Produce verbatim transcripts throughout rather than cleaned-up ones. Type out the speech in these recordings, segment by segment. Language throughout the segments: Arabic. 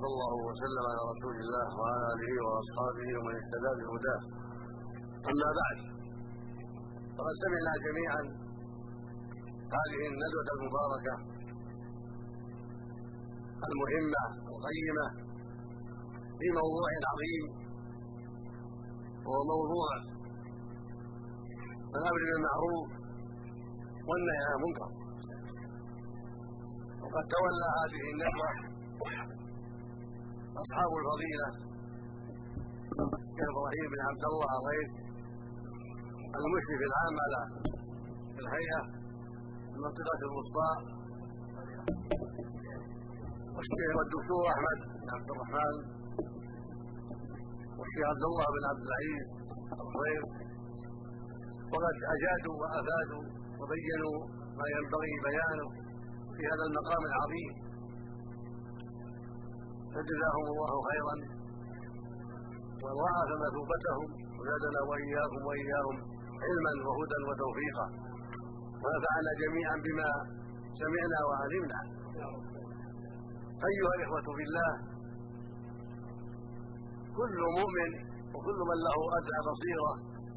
وصلى الله وسلم على رسول الله وعلى اله واصحابه ومن اهتدى بهداه. اما بعد، فقد سمعنا جميعا هذه الندوه المباركه المهمه القيمه في موضوع عظيم، وهو موضوع الامر بالمعروف والنهي عن المنكر. وقد تولى هذه الندوه اصحاب الفضيله كابراهيم بن عبد الله الغيث المشرف العام على الهيئه المنطقه الوسطى، والشيخ والدكتور احمد بن عبد الرحمن، والشيخ عبد الله بن عبد العزيز الغيث، وقد اجادوا وافادوا وبينوا ما ينبغي بيانه في هذا المقام العظيم، فجزاهم الله خيرا وضاعف مثوبتهم وزادنا واياكم واياهم علما وهدى وتوفيقا، ونفعنا جميعا بما سمعنا وعلمنا. ايها الاخوه في الله، كل مؤمن وكل من له ادنى بصيره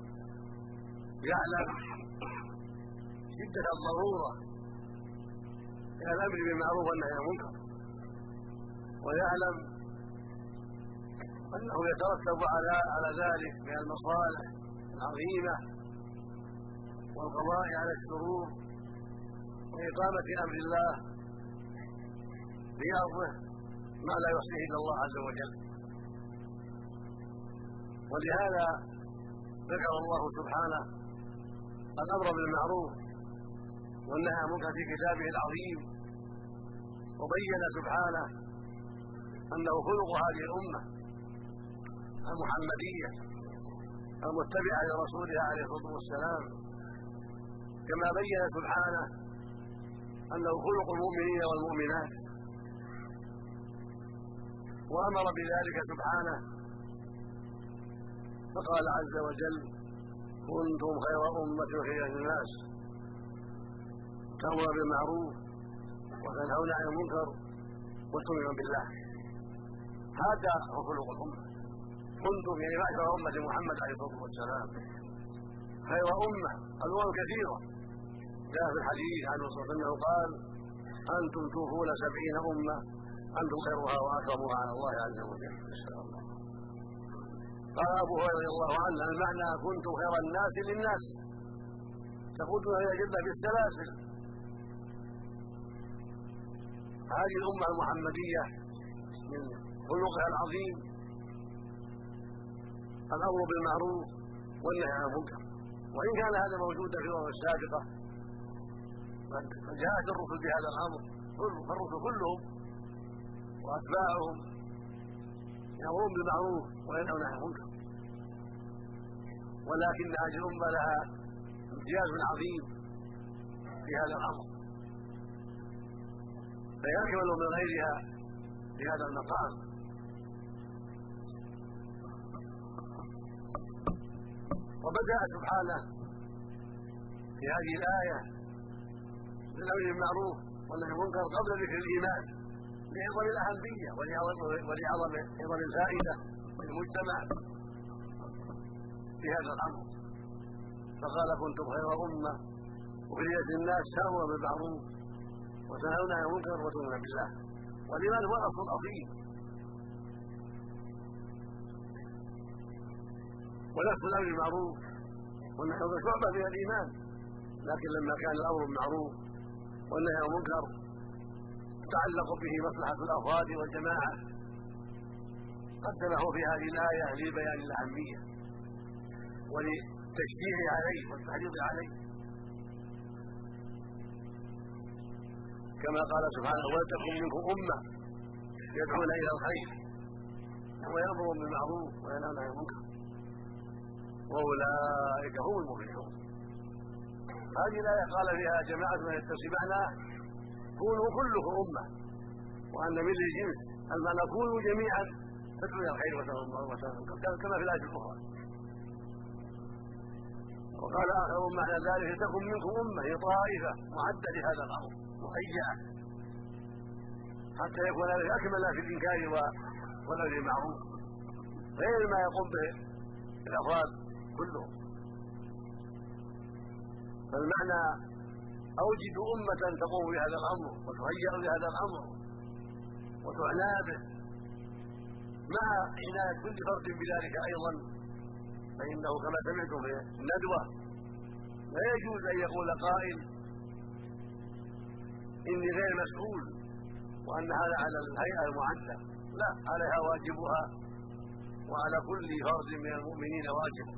يعلم شده الضروره الى الامر بالمعروف والنهي عن المنكر، ويعلم انه يترتب على على ذلك من المصالح العظيمه والقضاء على الشرور واقامه امر الله في ارضه ما لا يحصيه الا الله عز وجل. ولهذا ذكر الله سبحانه الامر بالمعروف والنهي عن المنكر في كتابه العظيم، وبين سبحانه انه خلق هذه الامه المحمديه المتبعه لرسولها عليه الصلاه والسلام، كما بين سبحانه انه خلق المؤمنين والمؤمنات، وامر بذلك سبحانه فقال عز وجل: كنتم خير امه اخرجت للناس تأمرون بالمعروف وتنهون عن المنكر وتؤمنون بالله. هذا هو خلق الامه. كنتم يعني معشر امه محمد عليه الصلاه والسلام خير امه. الامم كثيره، جاء في الحديث عنه صلى الله عليه وسلم قال: انتم توفون سبعين امه انتم خيرها واكرمها على الله عز وجل. ان شاء الله. قال ابو هريره رضي الله عنه: المعنى كنتم خير الناس للناس تقودون الى الجنه بالسلاسل. هذه الامه المحمديه من خلقها العظيم الامر بالمعروف والنهي عن المنكر، وان كان هذا موجودا في الامم السابقه فجاءت الرسل بهذا الامر، فالرسل كلهم واتباعهم يامرون بالمعروف وينهون عن المنكر، ولكن هذه الامه لها امتياز عظيم في هذا الامر، فيكمل من غيرها في هذا المقام. وبدأ سبحانه في هذه الآية بالأمر بالمعروف والنهي عن المنكر قبل ذكر الإيمان لعظم الأهمية ولعظم عظم الفائدة للمجتمع في هذا الأمر، فقال: كنتم خير أمة أخرجت للناس تأمرون بالمعروف وتنهون عن المنكر وتؤمنون بالله. والإيمان هو الأصل العظيم، ونفس الأمر بالمعروف والنهي عن شعبة من الإيمان، لكن لما كان الأمر بالمعروف والنهي عن المنكر تتعلق به مصلحة الأفراد والجماعة قدمه في هذه الآية لبيان الأهمية وللتشجيع عليه والتحريض عليه، كما قال سبحانه: ولتكن منكم أمة يدعون إلى الخير ويأمرون بالمعروف وينهون عن المنكر وأولئك هم المفلحون. هذه الآية قال فيها جماعة من يتسمعنا: كونوا كلكم أمة، وأن من الجنس المعنى كونوا جميعا تدعون إلى الخير وتنهون كما في الآية الأخرى. وقال آخر معنى ذلك: تكن منكم أمة، هي طائفة معدة لهذا الأمر مهيئة حتى يكون ذلك اكمل في الانكار والامر بالمعروف غير ما يقوم به الافراد كلهم. فالمعنى اوجد امه تقوم بهذا الامر وتهيأ بهذا الامر وتعنى به مع عنايه كل فرد بذلك ايضا، فانه كما سمعتم في الندوه لا يجوز ان يقول قائل اني غير مسؤول وان هذا على الهيئه المعده، لا، عليها واجبها وعلى كل فرد من المؤمنين واجب.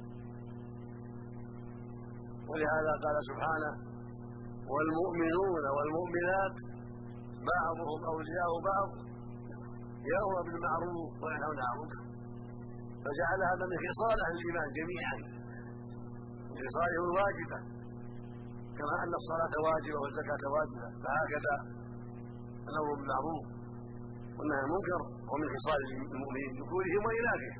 ولهذا قال سبحانه والمؤمنون والمؤمنات بعضهم اولياء بعض يأمر بالمعروف وينهون عن المنكر، فجعل هذا من خصال اهل الايمان جميعا، من خصالهم الواجبه، كما ان الصلاه واجبه والزكاه واجبه، فهكذا الامر بالمعروف والنهي عن المنكر ومن خصال المؤمنين ذكورهم واناثهم،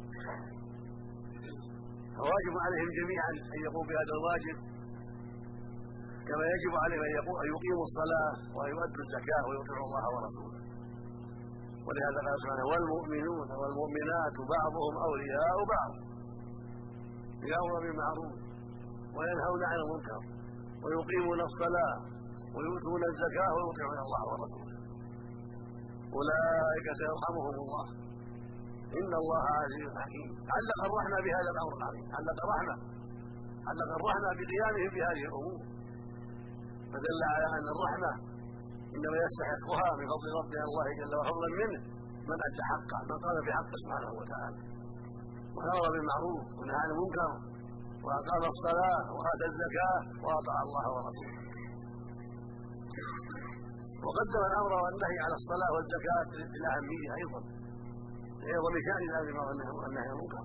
فواجب عليهم جميعا ان يقوموا بهذا الواجب، كما يجب عليهم ان يقيموا الصلاه ويؤدوا الزكاه ويطيعوا الله ورسوله. ولهذا قال سبحانه والمؤمنون والمؤمنات بعضهم اولياء بعض يأمر بالمعروف وينهون عن المنكر ويقيمون الصلاه ويؤتون الزكاه ويطيعون الله ورسوله اولئك سيرحمهم الله ان الله عزيز حكيم. علق الرحمه بهذا الامر العظيم، علق الرحمه علق الرحمه بقيامهم بهذه الامور، فدل على ان الرحمه انما يستحقها من فضل ربنا الله جل وعلا منه من ادى حقه، من قام بحقه سبحانه وتعالى وامر بالمعروف ونهى عن المنكر واقام الصلاه واتى الزكاه واطاع الله ورسوله. وقدم الامر والنهي على الصلاه والزكاه بالاهميه ايضا لعظم شان الامر والنهي عن المنكر.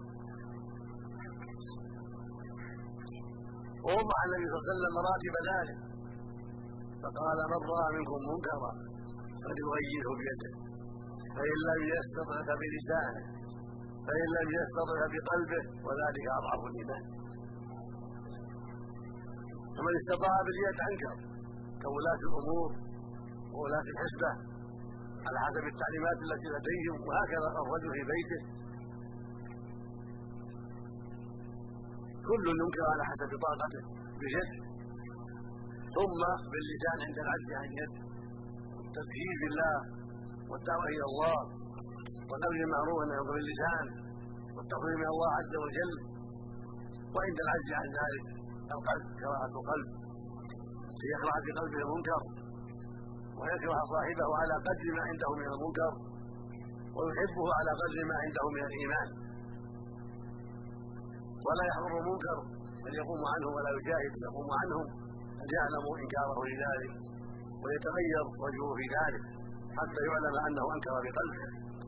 ووضح النبي صلى الله عليه وسلم مراتب ذلك فقال من راى منكم منكرا فليغيره بيده فان لم يستطع فبلسانه فان لم يستطع بقلبه وذلك اضعف الايمان. فمن استطاع باليد انكر كولاة الامور وولاة الحسبه على حسب التعليمات التي لديهم، وهكذا الرجل في بيته كل ينكر على حسب طاقته بيد، ثم باللسان عند العجز عن يد، التذكير بالله والدعوه الى الله والامر بالمعروف والنهي عن باللسان والتقرب من الله عز وجل، وعند العجز عن ذلك القلب كراهه القلب ليكره في قلبه المنكر ويكره صاحبه على قدر ما عنده من المنكر ويحبه على قدر ما عنده من الايمان، ولا يحضر المنكر بل يقوم عنه ولا يجاهد يقوم عنهم أن يعلموا إنكاره لذلك ويتغير وجهه في ذلك حتى يعلم أنه أنكر بقلبه.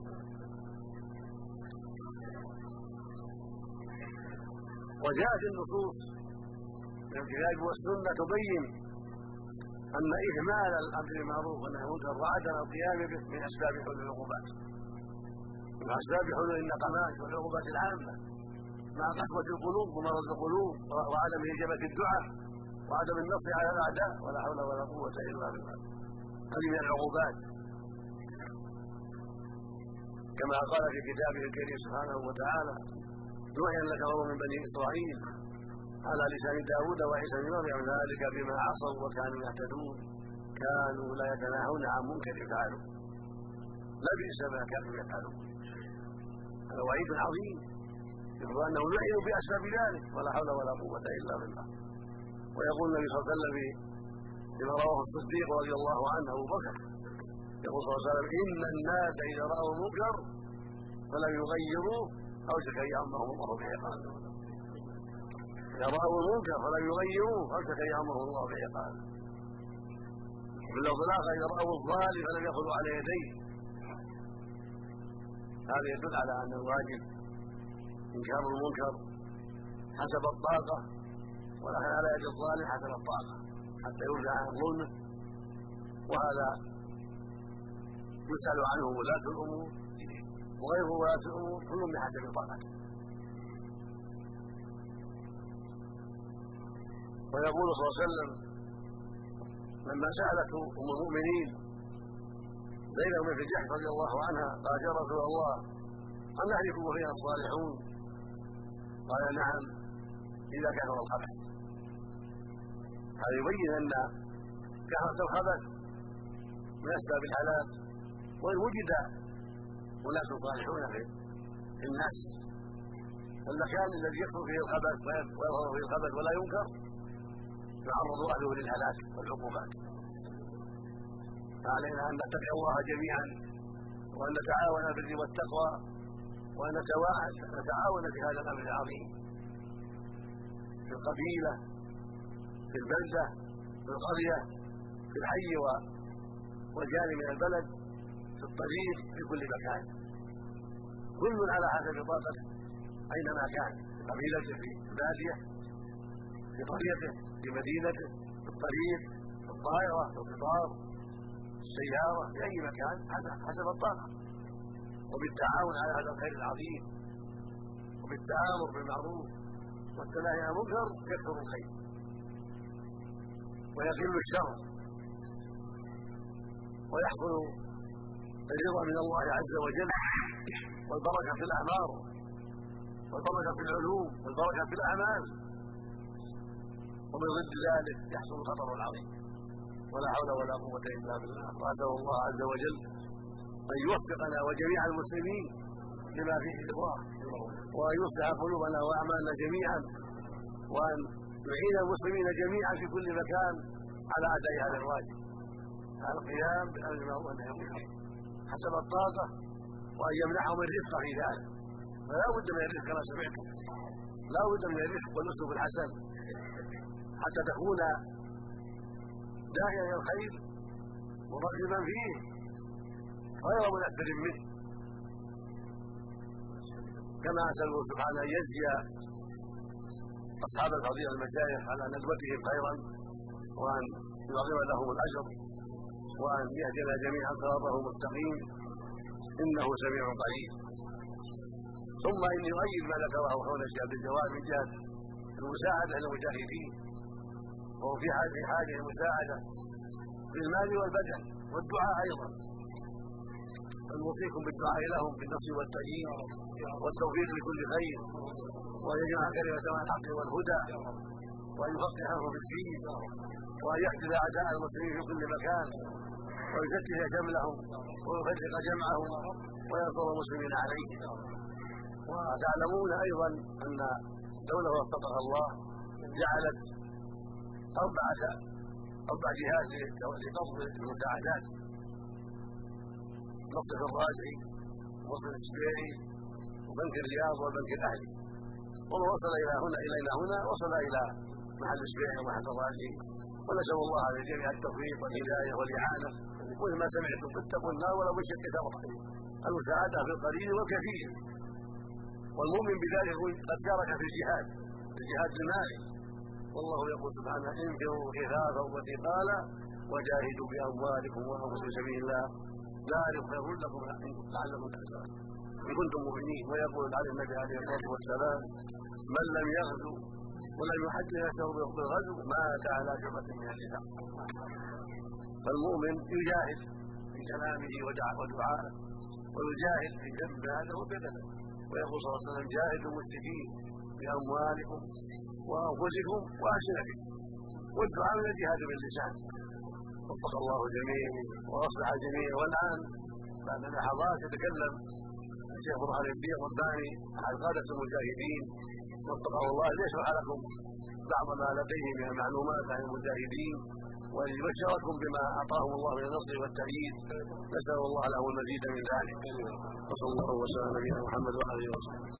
وجاءت النصوص من الكتاب والسنة تبين أن إهمال الأمر بالمعروف والنهي عن المنكر وعدم القيام به من أسباب حلول العقوبات، من أسباب حلول النقمات والعقوبات العامة مع قسوة القلوب ومرض القلوب وعدم إجابة الدعاء وعدم النصر على الاعداء ولا حول ولا قوه الا بالله. هذه من العقوبات كما قال في كتابه الكريم سبحانه وتعالى نوحي لك قوم من بني اسرائيل على لسان داود وعيسى بن مريم ذلك بما عصوا وكانوا يهتدون كانوا لا يتناهون عن منكر يفعلون لبئس ما كانوا يفعلون. هذا وعيد عظيم يقول انه لعنوا باسباب ذلك ولا حول ولا قوه الا بالله. ويقول النبي صلى الله عليه وسلم لما رواه الصديق رضي الله عنه ابو بكر يقول صلى الله عليه وسلم ان الناس اذا راوا المنكر فلم يغيروا اوشك ان يامرهم الله بعقاب. اذا راوا المنكر فلم يغيروا اوشك ان يامرهم الله بعقاب. وفي اللفظ الاخر اذا راوا الظالم فلم ياخذوا على يديه. هذا يدل على ان الواجب انكار المنكر حسب الطاقه ولكن على يد الظالم حسب الطاقه حتى يرجع عن ظلمه، وهذا يسأل عنه ولاة الامور وغير ولاة الامور كل بحسب طاقته. ويقول صلى الله عليه وسلم لما سألته ام المؤمنين زينب بنت جحش رضي الله عنها قالت يا رسول الله هل نهلك وفينا الصالحون؟ قال نعم اذا كثر الخبث. هذا يبين ان كثره الخبث من اسباب الهلاك، وان وجد اناس صالحون في الناس فالمكان الذي يكثر فيه الخبث ويظهر فيه الخبث ولا ينكر يعرض اهله للهلاك والعقوبات. فعلينا ان نتقي الله جميعا وان نتعاون في البر والتقوى وان نتعاون في هذا الامر العظيم في القبيله في البلده في القريه في الحي والجانب من البلد في الطريق في كل مكان، كل على حسب طاقته اينما كان، في قبيلته في الباديه في قريته في مدينته في الطريق في الطائره في القطار في السياره في اي مكان حسب الطاقه، وبالتعاون على هذا الخير العظيم وبالتآمر بالمعروف والتناهي عن المنكر يكثر الخير ويقل الشر ويحصل الرضا من الله عز وجل والبركه في الاعمار والبركه في العلوم والبركه في الاعمال، ومن ضد ذلك يحصل الخطر العظيم ولا حول ولا قوه الا بالله. واسال الله عز وجل ان يوفقنا وجميع المسلمين لما فيه رضاه وان يصلح قلوبنا واعمالنا جميعا وان يعين المسلمين جميعا في كل مكان على اداء هذا الواجب، على القيام بالامر بالمعروف والنهي عن المنكر حسب الطاقه، وان يمنحهم الرفق في ذلك. فلا بد من الرفق كما سمعتم، لا بد من الرفق والاسلوب الحسن حتى تكون داعيا الى الخير مرغبا فيه غير منفر منه، كما اساله سبحانه ان يجزي اصحاب الفضيله المشايخ على ندوتهم خيرا وان يعظم لهم الاجر وان يهدينا جميعا صراطه المستقيم انه سميع قريب. ثم اني اؤيد ما ذكره حول الشيخ عبد الجواد من جهه المساعده للمجاهدين، وهو في حاجه المساعده في المال والبدن والدعاء ايضا، فنوصيكم بالدعاء لهم بالنصر والتأييد والتوفيق لكل خير، وان يجمع كلمه مع الحق والهدى، وان يفقههم في الدين، وان يحجز اعداء المسلمين في كل مكان ويفتح شملهم ويفرق جمعهم وينصر المسلمين عليه. وتعلمون ايضا ان الدوله وفقها الله جعلت اربعه اربع جهات لقبض المساعدات، مصرف الراجعي ومصرف الشبيعي وبنك الرياض والبنك الاهلي، وما وصل الى هنا الينا هنا وصل الى محل الشبيعي ومحل الراجعي، ونسال الله للجميع التوفيق والهدايه والاعانه. مثل ما سمعتم اتقوا النار ولو بشق تمره، المساعده في القليل والكثير، والمؤمن بذلك قد شارك في الجهاد في الجهاد المالي، والله يقول سبحانه انفروا خفافا وثقالا وجاهدوا باموالكم وانفسكم في سبيل الله ذلك خير لكم لعلكم تحسنون ان كنتم مؤمنين. ويقول على النبي عليه الصلاه والسلام من لم يغزو ولم يحج نفسه بالغزو مات على شعبة من النفاق. فالمؤمن يجاهد في كلامه ودعائه ويجاهد في جنب ماله وبدنه، ويقول صلى الله عليه وسلم جاهدوا المشركين باموالكم وانفسكم والسنتكم، والدعاء من الجهاد باللسان. وفق الله جميعا واصلح الجميع. والان بعد لحظات يتكلم الشيخ برهان الدين رباني احد قاده المجاهدين وفقه الله ليشرح لكم بعض ما لديه من المعلومات عن المجاهدين ويبشركم بما اعطاهم الله من النصر والتأييد. نسال الله له المزيد من ذلك. وصلى الله وسلم على نبينا محمد وعلى اله وصحبه.